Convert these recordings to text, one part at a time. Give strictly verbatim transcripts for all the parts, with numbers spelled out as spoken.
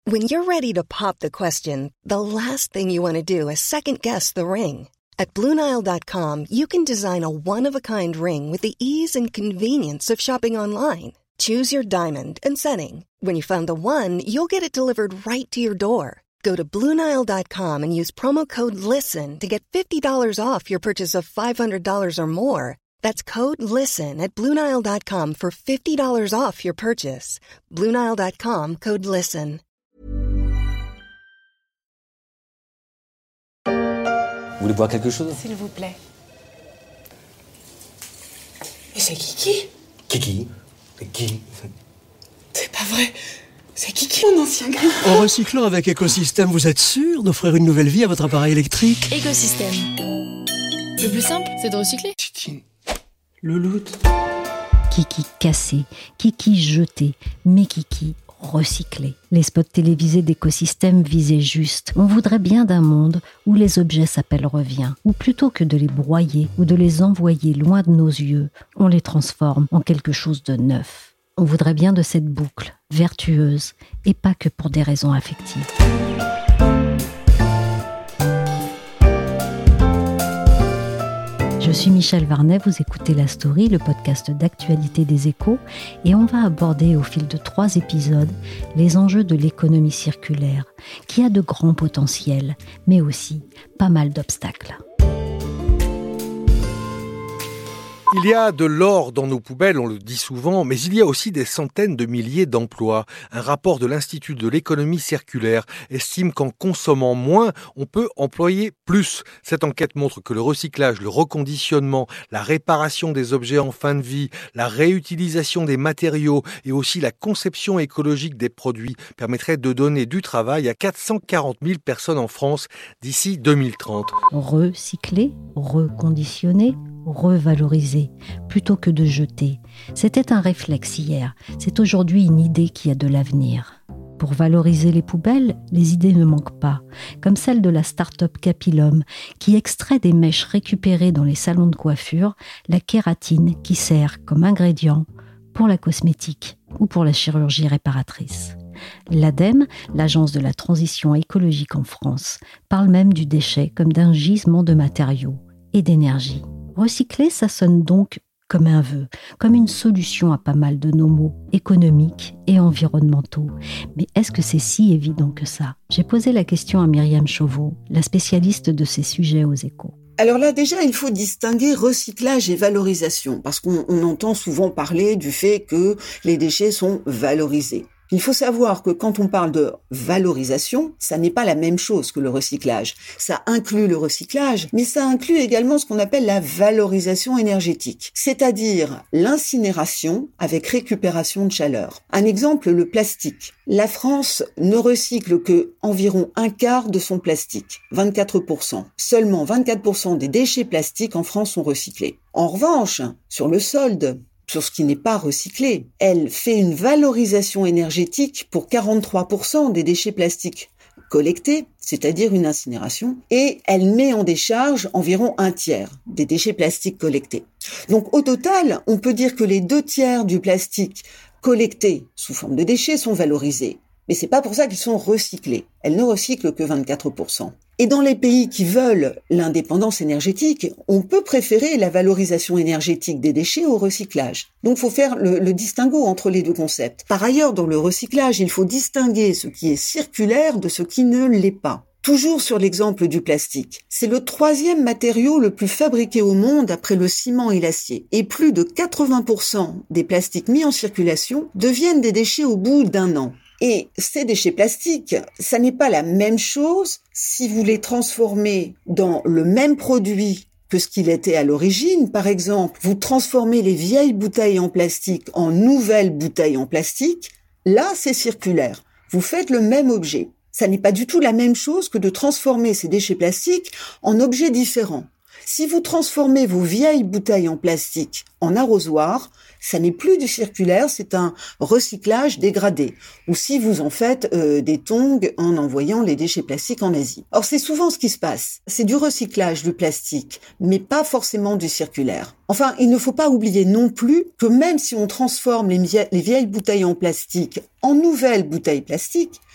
When you're ready to pop the question, the last thing you want to do is second-guess the ring. At Blue Nile dot com, you can design a one-of-a-kind ring with the ease and convenience of shopping online. Choose your diamond and setting. When you find the one, you'll get it delivered right to your door. Go to Blue Nile dot com and use promo code LISTEN to get fifty dollars off your purchase of five hundred dollars or more. That's code LISTEN at Blue Nile dot com for fifty dollars off your purchase. Blue Nile dot com, code LISTEN. Vous voulez boire quelque chose ? S'il vous plaît. Mais c'est Kiki ? Kiki ? C'est qui ? C'est pas vrai. C'est Kiki, mon ancien gars. En recyclant avec Écosystème, vous êtes sûr d'offrir une nouvelle vie à votre appareil électrique ? Écosystème. Le plus simple, c'est de recycler. Titi, le loot. Kiki cassé, Kiki jeté, mais Kiki recyclé. Les spots télévisés d'Écosystème visaient juste. On voudrait bien d'un monde où les objets s'appellent revient, ou plutôt que de les broyer ou de les envoyer loin de nos yeux, on les transforme en quelque chose de neuf. On voudrait bien de cette boucle, vertueuse, et pas que pour des raisons affectives. Je suis Michel Varnet, vous écoutez La Story, le podcast d'actualité des Échos, et on va aborder au fil de trois épisodes les enjeux de l'économie circulaire, qui a de grands potentiels, mais aussi pas mal d'obstacles. Il y a de l'or dans nos poubelles, on le dit souvent, mais il y a aussi des centaines de milliers d'emplois. Un rapport de l'Institut de l'économie circulaire estime qu'en consommant moins, on peut employer plus. Cette enquête montre que le recyclage, le reconditionnement, la réparation des objets en fin de vie, la réutilisation des matériaux et aussi la conception écologique des produits permettraient de donner du travail à quatre cent quarante mille personnes en France d'ici deux mille trente. Recycler, reconditionner, revaloriser, plutôt que de jeter. C'était un réflexe hier, c'est aujourd'hui une idée qui a de l'avenir. Pour valoriser les poubelles, les idées ne manquent pas, comme celle de la start-up Capilum, qui extrait des mèches récupérées dans les salons de coiffure la kératine qui sert comme ingrédient pour la cosmétique ou pour la chirurgie réparatrice. L'ADEME, l'Agence de la transition écologique en France, parle même du déchet comme d'un gisement de matériaux et d'énergie. Recycler, ça sonne donc comme un vœu, comme une solution à pas mal de nos maux économiques et environnementaux. Mais est-ce que c'est si évident que ça ? J'ai posé la question à Myriam Chauveau, la spécialiste de ces sujets aux Échos. Alors là, déjà, il faut distinguer recyclage et valorisation, parce qu'on on entend souvent parler du fait que les déchets sont valorisés. Il faut savoir que quand on parle de valorisation, ça n'est pas la même chose que le recyclage. Ça inclut le recyclage, mais ça inclut également ce qu'on appelle la valorisation énergétique, c'est-à-dire l'incinération avec récupération de chaleur. Un exemple, le plastique. La France ne recycle que environ un quart de son plastique, vingt-quatre pour cent. Seulement vingt-quatre pour cent des déchets plastiques en France sont recyclés. En revanche, sur le solde, sur ce qui n'est pas recyclé, elle fait une valorisation énergétique pour quarante-trois pour cent des déchets plastiques collectés, c'est-à-dire une incinération, et elle met en décharge environ un tiers des déchets plastiques collectés. Donc au total, on peut dire que les deux tiers du plastique collecté sous forme de déchets sont valorisés. Mais c'est pas pour ça qu'ils sont recyclés. Elle ne recycle que vingt-quatre pour cent. Et dans les pays qui veulent l'indépendance énergétique, on peut préférer la valorisation énergétique des déchets au recyclage. Donc, il faut faire le, le distinguo entre les deux concepts. Par ailleurs, dans le recyclage, il faut distinguer ce qui est circulaire de ce qui ne l'est pas. Toujours sur l'exemple du plastique. C'est le troisième matériau le plus fabriqué au monde après le ciment et l'acier. Et plus de quatre-vingts pour cent des plastiques mis en circulation deviennent des déchets au bout d'un an. Et ces déchets plastiques, ça n'est pas la même chose si vous les transformez dans le même produit que ce qu'il était à l'origine. Par exemple, vous transformez les vieilles bouteilles en plastique en nouvelles bouteilles en plastique. Là, c'est circulaire. Vous faites le même objet. Ça n'est pas du tout la même chose que de transformer ces déchets plastiques en objets différents. Si vous transformez vos vieilles bouteilles en plastique en arrosoir, ça n'est plus du circulaire, c'est un recyclage dégradé. Ou si vous en faites euh, des tongs en envoyant les déchets plastiques en Asie. Or, c'est souvent ce qui se passe. C'est du recyclage du plastique, mais pas forcément du circulaire. Enfin, il ne faut pas oublier non plus que même si on transforme les, vie- les vieilles bouteilles en plastique en nouvelles bouteilles plastiques,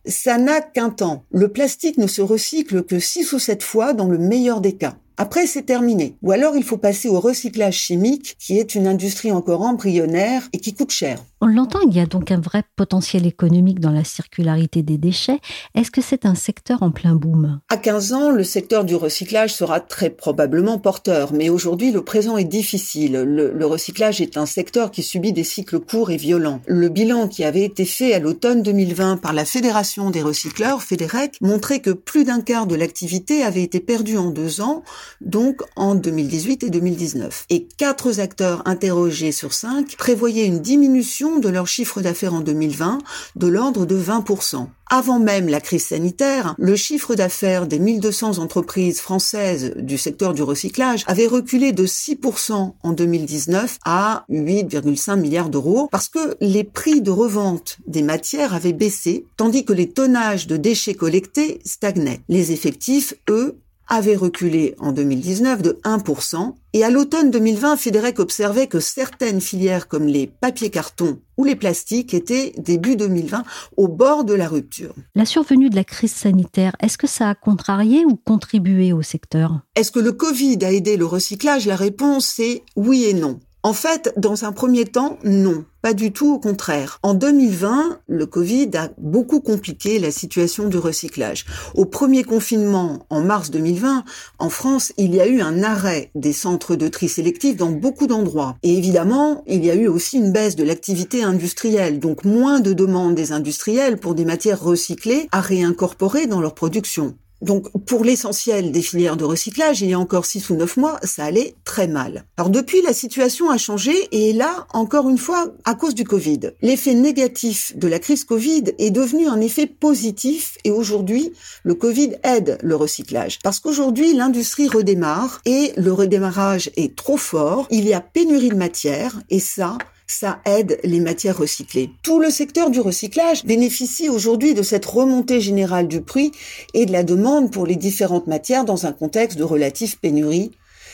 ça n'a qu'un temps. Le plastique ne se recycle que six ou sept fois dans le meilleur des cas. Après, c'est terminé. Ou alors, il faut passer au recyclage chimique, qui est une industrie encore embryonnaire et qui coûte cher. On l'entend, il y a donc un vrai potentiel économique dans la circularité des déchets. Est-ce que c'est un secteur en plein boom ? À quinze ans, le secteur du recyclage sera très probablement porteur, mais aujourd'hui, le présent est difficile. Le, le recyclage est un secteur qui subit des cycles courts et violents. Le bilan qui avait été fait à l'automne deux mille vingt par la Fédération des recycleurs, Fédérec, montrait que plus d'un quart de l'activité avait été perdu en deux ans, donc en deux mille dix-huit et deux mille dix-neuf. Et quatre acteurs interrogés sur cinq prévoyaient une diminution de leur chiffre d'affaires en deux mille vingt de l'ordre de vingt pour cent. Avant même la crise sanitaire, le chiffre d'affaires des mille deux cents entreprises françaises du secteur du recyclage avait reculé de six pour cent en deux mille dix-neuf à huit virgule cinq milliards d'euros parce que les prix de revente des matières avaient baissé, tandis que les tonnages de déchets collectés stagnaient. Les effectifs, eux, avait reculé en deux mille dix-neuf de un pour cent et à l'automne deux mille vingt, Fédérec observait que certaines filières comme les papiers-cartons ou les plastiques étaient, début deux mille vingt, au bord de la rupture. La survenue de la crise sanitaire, est-ce que ça a contrarié ou contribué au secteur ? Est-ce que le Covid a aidé le recyclage ? La réponse est oui et non. En fait, dans un premier temps, non. Pas du tout, au contraire. En deux mille vingt, le Covid a beaucoup compliqué la situation du recyclage. Au premier confinement, en mars deux mille vingt, en France, il y a eu un arrêt des centres de tri sélectif dans beaucoup d'endroits. Et évidemment, il y a eu aussi une baisse de l'activité industrielle, donc moins de demandes des industriels pour des matières recyclées à réincorporer dans leur production. Donc, pour l'essentiel des filières de recyclage, il y a encore six ou neuf mois, ça allait très mal. Alors, depuis, la situation a changé et est là, encore une fois, à cause du Covid. L'effet négatif de la crise Covid est devenu un effet positif et aujourd'hui, le Covid aide le recyclage. Parce qu'aujourd'hui, l'industrie redémarre et le redémarrage est trop fort. Il y a pénurie de matières et ça, ça aide les matières recyclées. Tout le secteur du recyclage bénéficie aujourd'hui de cette remontée générale du prix et de la demande pour les différentes matières dans un contexte de relative pénurie.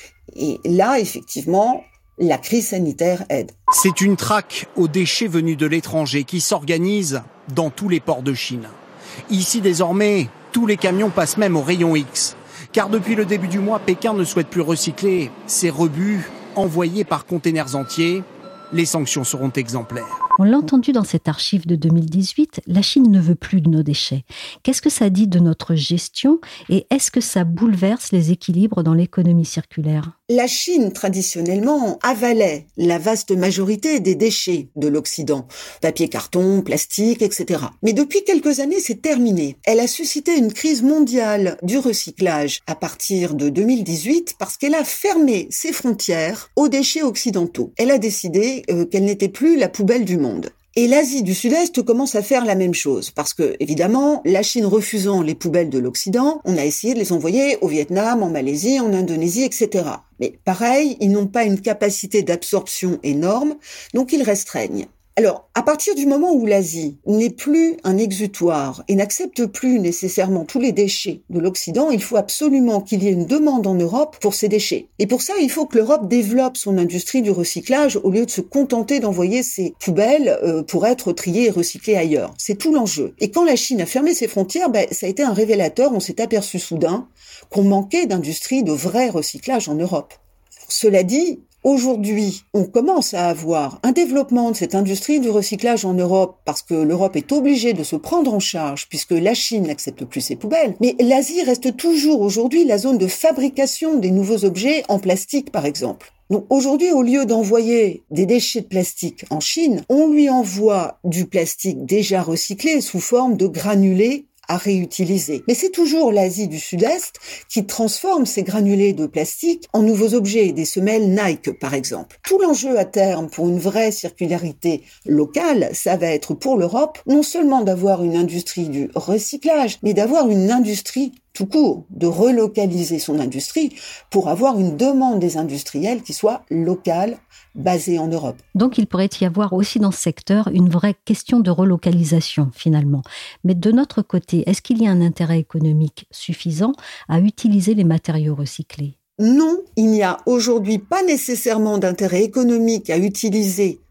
Et là, effectivement, la crise sanitaire aide. C'est une traque aux déchets venus de l'étranger qui s'organise dans tous les ports de Chine. Ici, désormais, tous les camions passent même au rayon X. Car depuis le début du mois, Pékin ne souhaite plus recycler ses rebuts envoyés par containers entiers. Les sanctions seront exemplaires. On l'a entendu dans cette archive de deux mille dix-huit, la Chine ne veut plus de nos déchets. Qu'est-ce que ça dit de notre gestion et est-ce que ça bouleverse les équilibres dans l'économie circulaire ? La Chine, traditionnellement, avalait la vaste majorité des déchets de l'Occident. Papier, carton, plastique, et cetera. Mais depuis quelques années, c'est terminé. Elle a suscité une crise mondiale du recyclage à partir de deux mille dix-huit parce qu'elle a fermé ses frontières aux déchets occidentaux. Elle a décidé euh, qu'elle n'était plus la poubelle du monde. Et l'Asie du Sud-Est commence à faire la même chose, parce que, évidemment, la Chine refusant les poubelles de l'Occident, on a essayé de les envoyer au Vietnam, en Malaisie, en Indonésie, et cetera. Mais pareil, ils n'ont pas une capacité d'absorption énorme, donc ils restreignent. Alors, à partir du moment où l'Asie n'est plus un exutoire et n'accepte plus nécessairement tous les déchets de l'Occident, il faut absolument qu'il y ait une demande en Europe pour ces déchets. Et pour ça, il faut que l'Europe développe son industrie du recyclage au lieu de se contenter d'envoyer ses poubelles euh, pour être triées et recyclées ailleurs. C'est tout l'enjeu. Et quand la Chine a fermé ses frontières, ben, ça a été un révélateur. On s'est aperçu soudain qu'on manquait d'industrie de vrai recyclage en Europe. Cela dit, aujourd'hui, on commence à avoir un développement de cette industrie du recyclage en Europe parce que l'Europe est obligée de se prendre en charge puisque la Chine n'accepte plus ses poubelles. Mais l'Asie reste toujours aujourd'hui la zone de fabrication des nouveaux objets en plastique, par exemple. Donc aujourd'hui, au lieu d'envoyer des déchets de plastique en Chine, on lui envoie du plastique déjà recyclé sous forme de granulés à réutiliser. Mais c'est toujours l'Asie du Sud-Est qui transforme ces granulés de plastique en nouveaux objets, des semelles Nike par exemple. Tout l'enjeu à terme pour une vraie circularité locale, ça va être pour l'Europe non seulement d'avoir une industrie du recyclage, mais d'avoir une industrie tout court, de relocaliser son industrie pour avoir une demande des industriels qui soit locale, basée en Europe. Donc il pourrait y avoir aussi dans ce secteur une vraie question de relocalisation finalement. Mais de notre côté, est-ce qu'il y a un intérêt économique suffisant à utiliser les matériaux recyclés ? Non, il n'y a aujourd'hui pas nécessairement d'intérêt économique à utiliser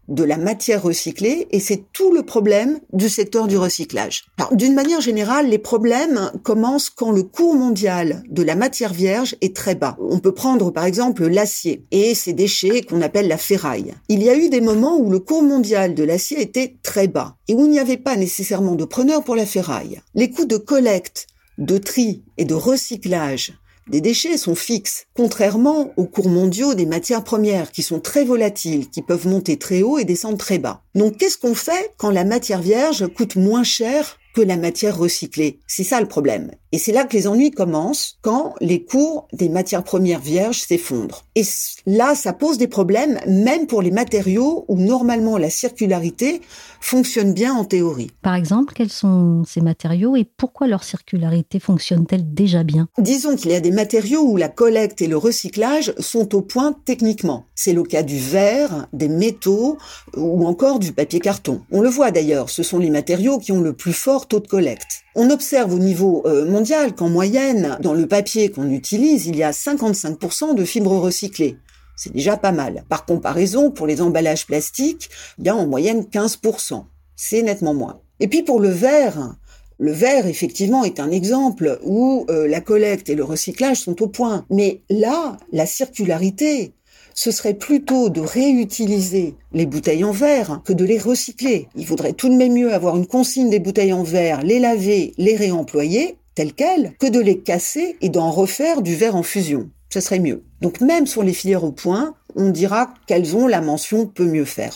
de la matière recyclée et c'est tout le problème du secteur du recyclage. Alors, d'une manière générale, les problèmes commencent quand le cours mondial de la matière vierge est très bas. On peut prendre par exemple l'acier et ses déchets qu'on appelle la ferraille. Il y a eu des moments où le cours mondial de l'acier était très bas et où il n'y avait pas nécessairement de preneurs pour la ferraille. Les coûts de collecte, de tri et de recyclage des déchets sont fixes, contrairement aux cours mondiaux des matières premières qui sont très volatiles, qui peuvent monter très haut et descendre très bas. Donc qu'est-ce qu'on fait quand la matière vierge coûte moins cher que la matière recyclée? C'est ça le problème. Et c'est là que les ennuis commencent, quand les cours des matières premières vierges s'effondrent. Et là, ça pose des problèmes, même pour les matériaux où normalement la circularité fonctionne bien en théorie. Par exemple, quels sont ces matériaux et pourquoi leur circularité fonctionne-t-elle déjà bien? Disons qu'il y a des matériaux où la collecte et le recyclage sont au point techniquement. C'est le cas du verre, des métaux ou encore du papier carton. On le voit d'ailleurs, ce sont les matériaux qui ont le plus fort taux de collecte. On observe au niveau euh, mondial qu'en moyenne, dans le papier qu'on utilise, il y a cinquante-cinq pour cent de fibres recyclées. C'est déjà pas mal. Par comparaison, pour les emballages plastiques, il y a en moyenne quinze pour cent. C'est nettement moins. Et puis pour le verre, le verre, effectivement, est un exemple où euh, la collecte et le recyclage sont au point. Mais là, la circularité, ce serait plutôt de réutiliser les bouteilles en verre que de les recycler. Il vaudrait tout de même mieux avoir une consigne des bouteilles en verre, les laver, les réemployer, telles quelles, que de les casser et d'en refaire du verre en fusion. Ce serait mieux. Donc même sur les filières au point, on dira qu'elles ont la mention peut mieux faire.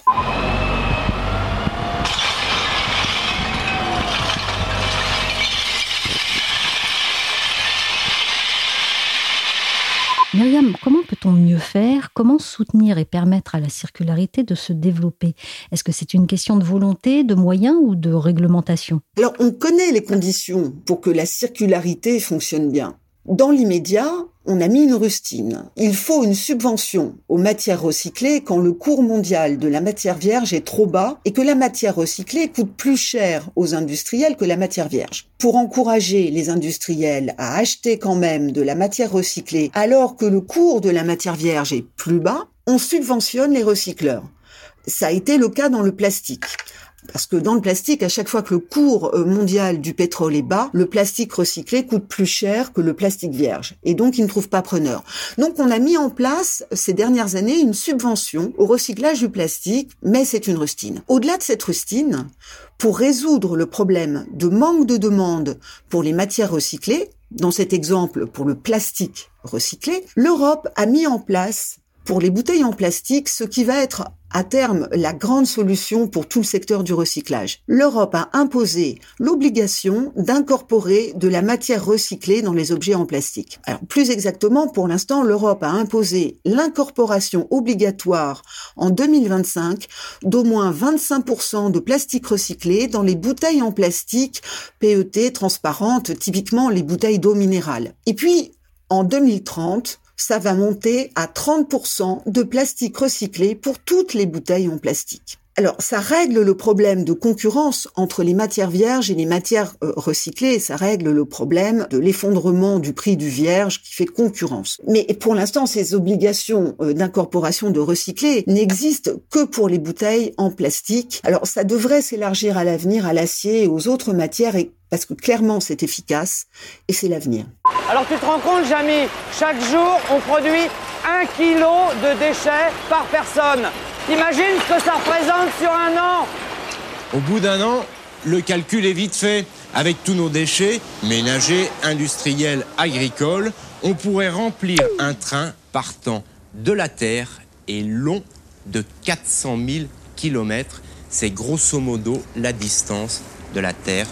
Myriam, comment peut-on mieux faire? Comment soutenir et permettre à la circularité de se développer? Est-ce que c'est une question de volonté, de moyens ou de réglementation? Alors, on connaît les conditions pour que la circularité fonctionne bien. Dans l'immédiat, on a mis une rustine. Il faut une subvention aux matières recyclées quand le cours mondial de la matière vierge est trop bas et que la matière recyclée coûte plus cher aux industriels que la matière vierge. Pour encourager les industriels à acheter quand même de la matière recyclée alors que le cours de la matière vierge est plus bas, on subventionne les recycleurs. Ça a été le cas dans le plastique. Parce que dans le plastique, à chaque fois que le cours mondial du pétrole est bas, le plastique recyclé coûte plus cher que le plastique vierge. Et donc, il ne trouve pas preneur. Donc, on a mis en place, ces dernières années, une subvention au recyclage du plastique, mais c'est une rustine. Au-delà de cette rustine, pour résoudre le problème de manque de demande pour les matières recyclées, dans cet exemple pour le plastique recyclé, l'Europe a mis en place pour les bouteilles en plastique, ce qui va être à terme la grande solution pour tout le secteur du recyclage. L'Europe a imposé l'obligation d'incorporer de la matière recyclée dans les objets en plastique. Alors, plus exactement, pour l'instant, l'Europe a imposé l'incorporation obligatoire en deux mille vingt-cinq d'au moins vingt-cinq pour cent de plastique recyclé dans les bouteilles en plastique P E T transparentes, typiquement les bouteilles d'eau minérale. Et puis, en deux mille trente, ça va monter à trente pour cent de plastique recyclé pour toutes les bouteilles en plastique. Alors, ça règle le problème de concurrence entre les matières vierges et les matières euh, recyclées. Ça règle le problème de l'effondrement du prix du vierge qui fait concurrence. Mais pour l'instant, ces obligations euh, d'incorporation de recyclés n'existent que pour les bouteilles en plastique. Alors, ça devrait s'élargir à l'avenir à l'acier et aux autres matières, et parce que clairement, c'est efficace et c'est l'avenir. Alors, tu te rends compte, Jamy, chaque jour, on produit un kilo de déchets par personne. T'imagines ce que ça représente sur un an? Au bout d'un an, le calcul est vite fait. Avec tous nos déchets, ménagers, industriels, agricoles, on pourrait remplir un train partant de la Terre et long de quatre cent mille kilomètres. C'est grosso modo la distance de la Terre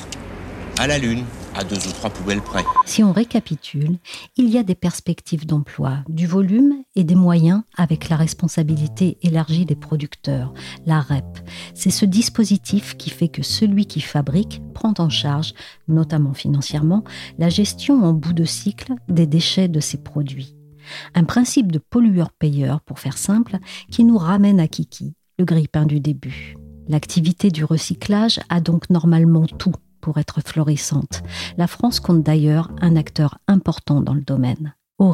à la Lune, à deux ou trois poubelles près. Si on récapitule, il y a des perspectives d'emploi, du volume et des moyens avec la responsabilité élargie des producteurs, la R E P. C'est ce dispositif qui fait que celui qui fabrique prend en charge, notamment financièrement, la gestion en bout de cycle des déchets de ses produits. Un principe de pollueur-payeur, pour faire simple, qui nous ramène à Kiki, le grille-pain du début. L'activité du recyclage a donc normalement tout pour être florissante. La France compte d'ailleurs un acteur important dans le domaine, Auréa.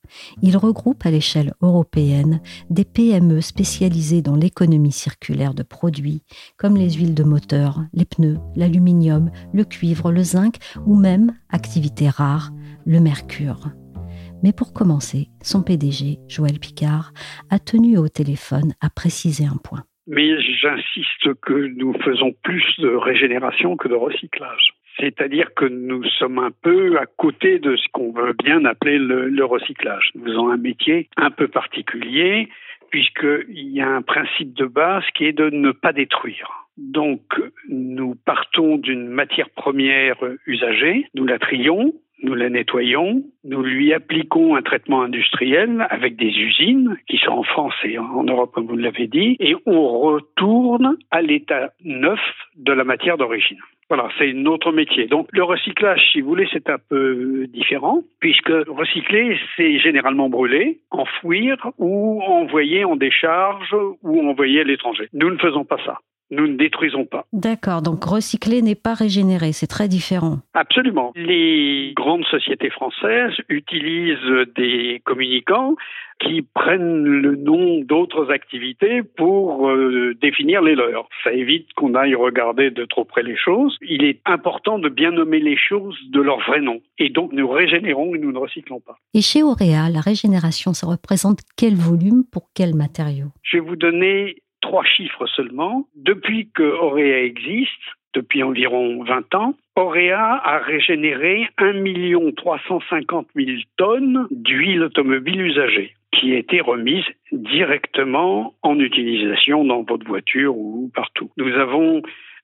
Il regroupe à l'échelle européenne des P M E spécialisées dans l'économie circulaire de produits, comme les huiles de moteur, les pneus, l'aluminium, le cuivre, le zinc ou même, activité rare, le mercure. Mais pour commencer, son P D G, Joël Picard, a tenu au téléphone à préciser un point. Mais j'insiste que nous faisons plus de régénération que de recyclage. C'est-à-dire que nous sommes un peu à côté de ce qu'on veut bien appeler le, le recyclage. Nous avons un métier un peu particulier puisqu'il y a un principe de base qui est de ne pas détruire. Donc, nous partons d'une matière première usagée, nous la trions, nous la nettoyons, nous lui appliquons un traitement industriel avec des usines qui sont en France et en Europe, comme vous l'avez dit, et on retourne à l'état neuf de la matière d'origine. Voilà, c'est notre métier. Donc, le recyclage, si vous voulez, c'est un peu différent, puisque recycler, c'est généralement brûler, enfouir ou envoyer en décharge ou envoyer à l'étranger. Nous ne faisons pas ça. Nous ne détruisons pas. D'accord, donc recycler n'est pas régénérer, c'est très différent. Absolument. Les grandes sociétés françaises utilisent des communicants qui prennent le nom d'autres activités pour euh, définir les leurs. Ça évite qu'on aille regarder de trop près les choses. Il est important de bien nommer les choses de leur vrai nom. Et donc nous régénérons et nous ne recyclons pas. Et chez Orea, la régénération, ça représente quel volume pour quel matériau ? Je vais vous donner trois chiffres seulement. Depuis que Orea existe, depuis environ vingt ans, Orea a régénéré un million trois cent cinquante mille tonnes d'huile automobile usagée qui a été remise directement en utilisation dans votre voiture ou partout. Nous avons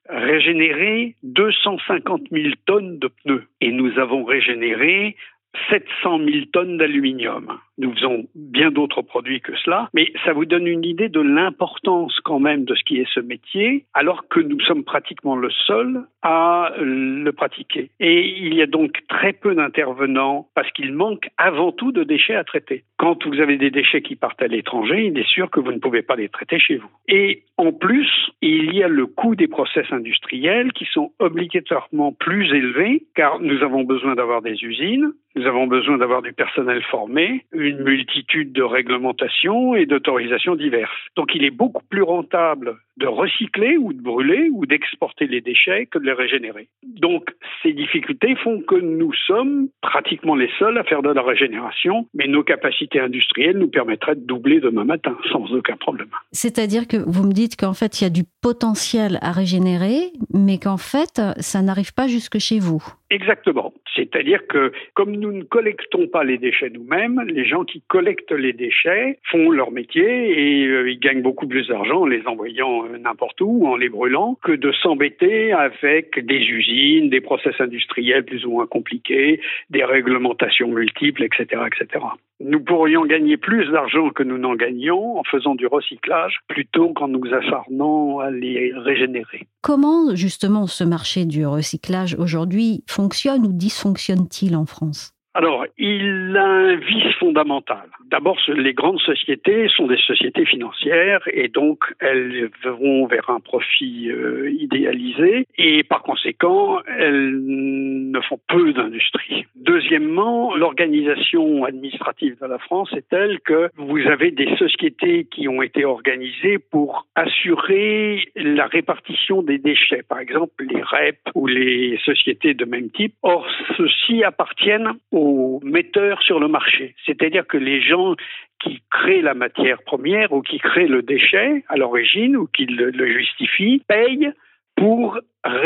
régénéré deux cent cinquante mille tonnes de pneus et nous avons régénéré sept cent mille tonnes d'aluminium. Nous faisons bien d'autres produits que cela, mais ça vous donne une idée de l'importance quand même de ce qui est ce métier, alors que nous sommes pratiquement le seul à le pratiquer. Et il y a donc très peu d'intervenants parce qu'il manque avant tout de déchets à traiter. Quand vous avez des déchets qui partent à l'étranger, il est sûr que vous ne pouvez pas les traiter chez vous. Et en plus, il y a le coût des process industriels qui sont obligatoirement plus élevés, car nous avons besoin d'avoir des usines, nous avons besoin d'avoir du personnel formé, une multitude de réglementations et d'autorisations diverses. Donc il est beaucoup plus rentable de recycler ou de brûler ou d'exporter les déchets que de les régénérer. Donc ces difficultés font que nous sommes pratiquement les seuls à faire de la régénération, mais nos capacités industrielles nous permettraient de doubler demain matin sans aucun problème. C'est-à-dire que vous me dites qu'en fait il y a du potentiel à régénérer, mais qu'en fait ça n'arrive pas jusque chez vous. Exactement. C'est-à-dire que comme nous ne collectons pas les déchets nous-mêmes, les gens qui collectent les déchets font leur métier et euh, ils gagnent beaucoup plus d'argent en les envoyant euh, n'importe où, en les brûlant, que de s'embêter avec des usines, des process industriels plus ou moins compliqués, des réglementations multiples, et cetera, et cetera. Nous pourrions gagner plus d'argent que nous n'en gagnons en faisant du recyclage plutôt qu'en nous acharnant à les régénérer. Comment justement ce marché du recyclage aujourd'hui fonctionne ou dysfonctionne-t-il en France ? Alors, il a un vice fondamental. D'abord, les grandes sociétés sont des sociétés financières et donc elles vont vers un profit euh, idéalisé et par conséquent, elles ne font peu d'industrie. Deuxièmement, l'organisation administrative de la France est telle que vous avez des sociétés qui ont été organisées pour assurer la répartition des déchets. Par exemple, les R E P ou les sociétés de même type. Or, ceux-ci appartiennent aux metteurs sur le marché. C'est-à-dire que les gens qui créent la matière première ou qui créent le déchet à l'origine ou qui le, le justifient, payent pour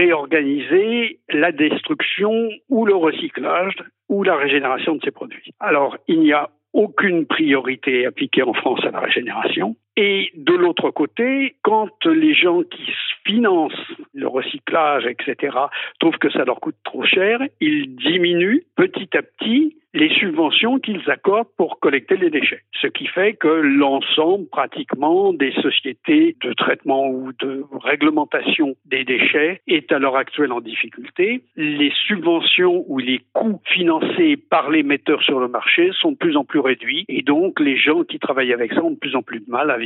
réorganiser la destruction ou le recyclage ou la régénération de ces produits. Alors, il n'y a aucune priorité appliquée en France à la régénération. Et de l'autre côté, quand les gens qui financent le recyclage, et cetera, trouvent que ça leur coûte trop cher, ils diminuent petit à petit les subventions qu'ils accordent pour collecter les déchets. Ce qui fait que l'ensemble, pratiquement, des sociétés de traitement ou de réglementation des déchets est à l'heure actuelle en difficulté. Les subventions ou les coûts financés par les metteurs sur le marché sont de plus en plus réduits et donc les gens qui travaillent avec ça ont de plus en plus de mal à vivre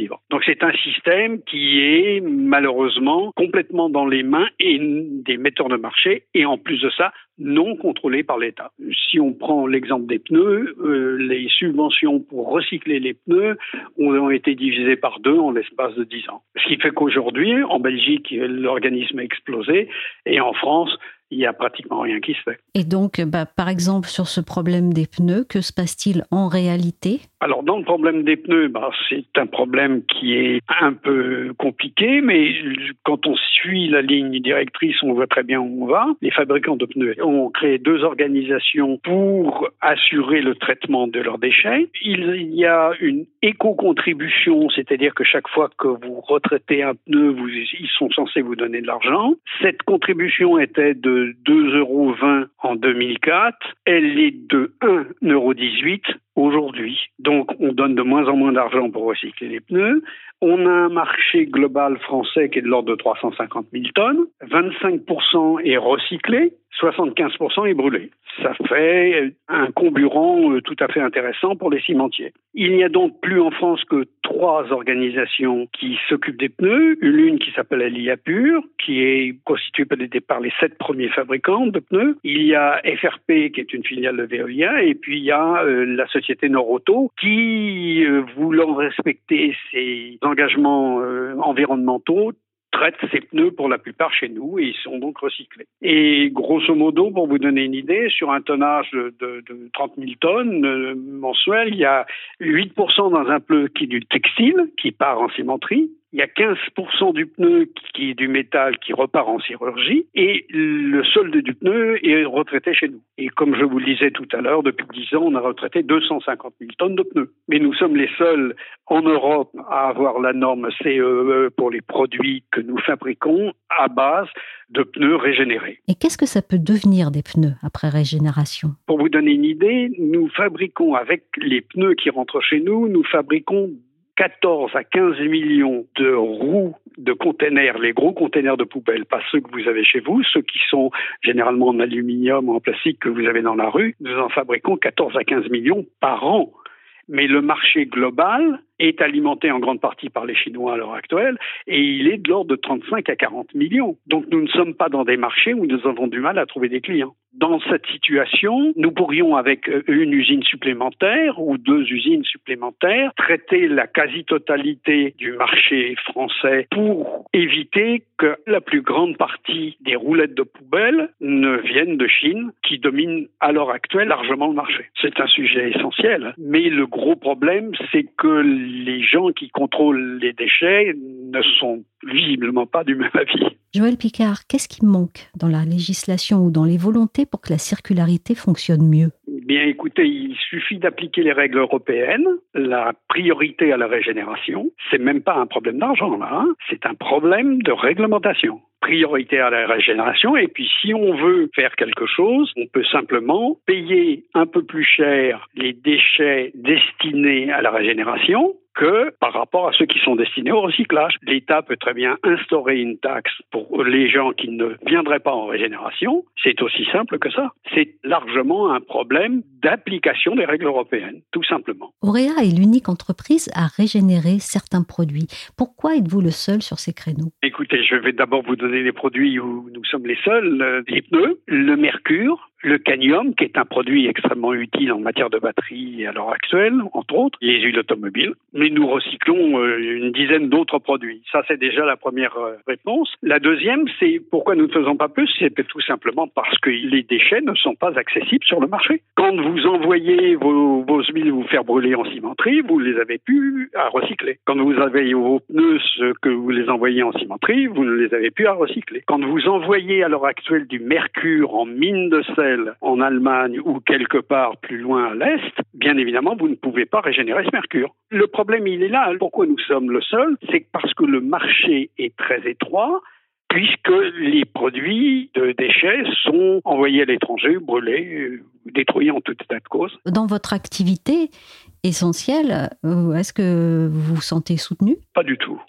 survivre. Donc c'est un système qui est malheureusement complètement dans les mains et des metteurs de marché et en plus de ça, non contrôlé par l'État. Si on prend l'exemple des pneus, euh, les subventions pour recycler les pneus ont été divisées par deux en l'espace de dix ans. Ce qui fait qu'aujourd'hui, en Belgique, l'organisme a explosé et en France, il n'y a pratiquement rien qui se fait. Et donc, bah, par exemple, sur ce problème des pneus, que se passe-t-il en réalité ? Alors, dans le problème des pneus, bah, c'est un problème qui est un peu compliqué, mais quand on suit la ligne directrice, on voit très bien où on va. Les fabricants de pneus ont créé deux organisations pour assurer le traitement de leurs déchets. Il y a une éco-contribution, c'est-à-dire que chaque fois que vous retraitez un pneu, vous, ils sont censés vous donner de l'argent. Cette contribution était de deux euros vingt en deux mille quatre. Elle est de un euro dix-huit aujourd'hui. Donc, on donne de moins en moins d'argent pour recycler les pneus. On a un marché global français qui est de l'ordre de trois cent cinquante mille tonnes. vingt-cinq pour cent est recyclé, soixante-quinze pour cent est brûlé. Ça fait un comburant tout à fait intéressant pour les cimentiers. Il n'y a donc plus en France que trois organisations qui s'occupent des pneus. L'une qui s'appelle Liapur, qui est constituée par les sept premiers fabricants de pneus. Il y a F R P, qui est une filiale de Veolia, et puis il y a euh, la société Norauto, qui, euh, voulant respecter ses engagements euh, environnementaux, traite ces pneus pour la plupart chez nous et ils sont donc recyclés. Et grosso modo, pour vous donner une idée, sur un tonnage de, de, de trente mille tonnes euh, mensuel, il y a huit pour cent dans un pneu qui est du textile, qui part en cimenterie. Il y a quinze pour cent du pneu qui est du métal qui repart en sidérurgie et le solde du pneu est retraité chez nous. Et comme je vous le disais tout à l'heure, depuis dix ans, on a retraité deux cent cinquante mille tonnes de pneus. Mais nous sommes les seuls en Europe à avoir la norme C E E pour les produits que nous fabriquons à base de pneus régénérés. Et qu'est-ce que ça peut devenir des pneus après régénération ? Pour vous donner une idée, nous fabriquons avec les pneus qui rentrent chez nous, nous fabriquons quatorze à quinze millions de roues de containers, les gros containers de poubelle, pas ceux que vous avez chez vous, ceux qui sont généralement en aluminium ou en plastique que vous avez dans la rue. Nous en fabriquons quatorze à quinze millions par an. Mais le marché global est alimenté en grande partie par les Chinois à l'heure actuelle et il est de l'ordre de trente-cinq à quarante millions. Donc nous ne sommes pas dans des marchés où nous avons du mal à trouver des clients. Dans cette situation, nous pourrions, avec une usine supplémentaire ou deux usines supplémentaires, traiter la quasi-totalité du marché français pour éviter que la plus grande partie des roulettes de poubelle ne viennent de Chine, qui domine à l'heure actuelle largement le marché. C'est un sujet essentiel, mais le gros problème, c'est que les gens qui contrôlent les déchets ne sont visiblement pas du même avis. Joël Picard, qu'est-ce qui manque dans la législation ou dans les volontés pour que la circularité fonctionne mieux ? Bien, écoutez, il suffit d'appliquer les règles européennes, la priorité à la régénération. C'est même pas un problème d'argent, là, hein. C'est un problème de réglementation. Priorité à la régénération, et puis si on veut faire quelque chose, on peut simplement payer un peu plus cher les déchets destinés à la régénération que par rapport à ceux qui sont destinés au recyclage. L'État peut très bien instaurer une taxe pour les gens qui ne viendraient pas en régénération. C'est aussi simple que ça. C'est largement un problème d'application des règles européennes, tout simplement. Auréa est l'unique entreprise à régénérer certains produits. Pourquoi êtes-vous le seul sur ces créneaux ? Écoutez, je vais d'abord vous donner les produits où nous sommes les seuls. Euh, les pneus, le mercure, le cadmium, qui est un produit extrêmement utile en matière de batterie à l'heure actuelle, entre autres, les huiles automobiles. Mais nous recyclons euh, une dizaine d'autres produits. Ça, c'est déjà la première euh, réponse. La deuxième, c'est pourquoi nous ne faisons pas plus, c'est tout simplement parce que les déchets ne sont pas accessibles sur le marché. Quand vous envoyez vos, vos huiles vous faire brûler en cimenterie, vous ne les avez plus à recycler. Quand vous avez vos pneus que vous les envoyez en cimenterie, vous ne les avez plus à recycler. Quand vous envoyez à l'heure actuelle du mercure en mine de sel en Allemagne ou quelque part plus loin à l'Est, bien évidemment, vous ne pouvez pas régénérer ce mercure. Le problème, il est là. Pourquoi nous sommes le seul ? C'est parce que le marché est très étroit, puisque les produits de déchets sont envoyés à l'étranger, brûlés, détruits en tout état de cause. Dans votre activité essentielle, est-ce que vous vous sentez soutenu ? Pas du tout.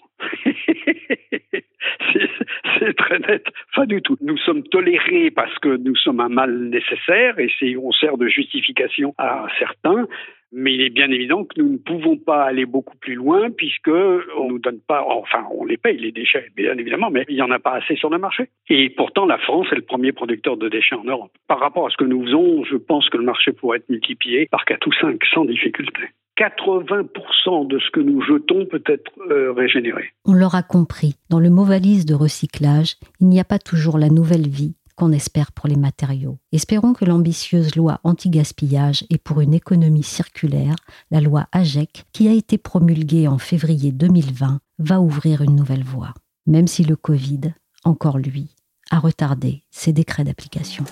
c'est, c'est très net, pas du tout. Nous sommes tolérés parce que nous sommes un mal nécessaire et c'est, on sert de justification à certains, Mais il est bien évident que nous ne pouvons pas aller beaucoup plus loin puisque on nous donne pas, enfin, on les paye les déchets, bien évidemment, mais il n'y en a pas assez sur le marché. Et pourtant, la France est le premier producteur de déchets en Europe. Par rapport à ce que nous faisons, je pense que le marché pourrait être multiplié par quatre ou cinq sans difficulté. quatre-vingts pour cent de ce que nous jetons peut être euh, régénéré. On l'aura compris, dans le mot valise de recyclage, il n'y a pas toujours la nouvelle vie qu'on espère pour les matériaux. Espérons que l'ambitieuse loi anti-gaspillage et pour une économie circulaire, la loi AGEC, qui a été promulguée en février deux mille vingt, va ouvrir une nouvelle voie. Même si le Covid, encore lui, a retardé ses décrets d'application.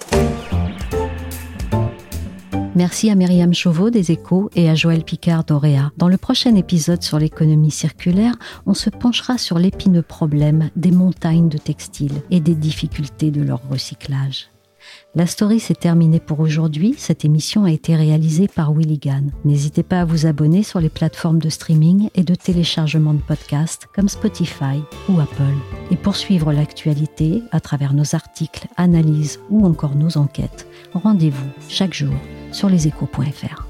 Merci à Myriam Chauveau des Échos et à Joël Picard d'Auréa. Dans le prochain épisode sur l'économie circulaire, on se penchera sur l'épineux problème des montagnes de textiles et des difficultés de leur recyclage. La story s'est terminée pour aujourd'hui. Cette émission a été réalisée par Willy Gann. N'hésitez pas à vous abonner sur les plateformes de streaming et de téléchargement de podcasts comme Spotify ou Apple. Et pour suivre l'actualité à travers nos articles, analyses ou encore nos enquêtes, rendez-vous chaque jour sur leséchos point f r.